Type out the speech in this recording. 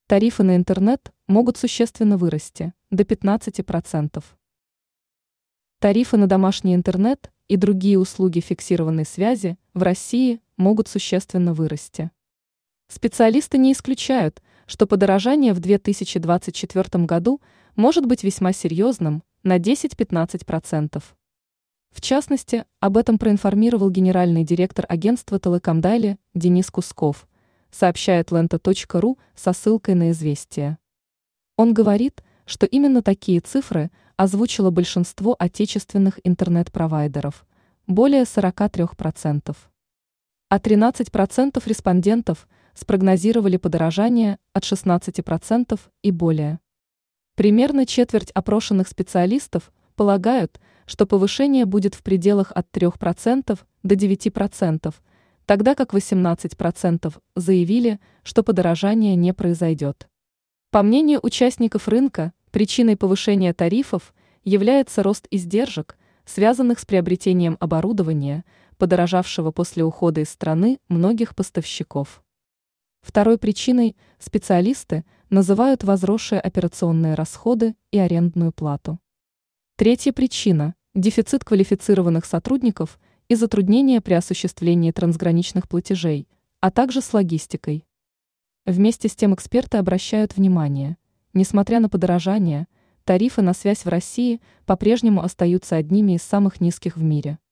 Тарифы на интернет могут существенно вырасти до 15%. Тарифы на домашний интернет и другие услуги фиксированной связи в России могут существенно вырасти. Специалисты не исключают, что подорожание в 2024 году может быть весьма серьезным на 10-15%. В частности, об этом проинформировал генеральный директор агентства Телекомдайли Денис Кусков, сообщает Lenta.ru со ссылкой на известия. Он говорит, что именно такие цифры озвучило большинство отечественных интернет-провайдеров – более 43%. А 13% респондентов спрогнозировали подорожание от 16% и более. Примерно четверть опрошенных специалистов полагают, что повышение будет в пределах от 3% до 9%, тогда как 18% заявили, что подорожание не произойдет. По мнению участников рынка, причиной повышения тарифов является рост издержек, связанных с приобретением оборудования, подорожавшего после ухода из страны многих поставщиков. Второй причиной специалисты называют возросшие операционные расходы и арендную плату. Третья причина – дефицит квалифицированных сотрудников и затруднения при осуществлении трансграничных платежей, а также с логистикой. Вместе с тем эксперты обращают внимание, несмотря на подорожание, тарифы на связь в России по-прежнему остаются одними из самых низких в мире.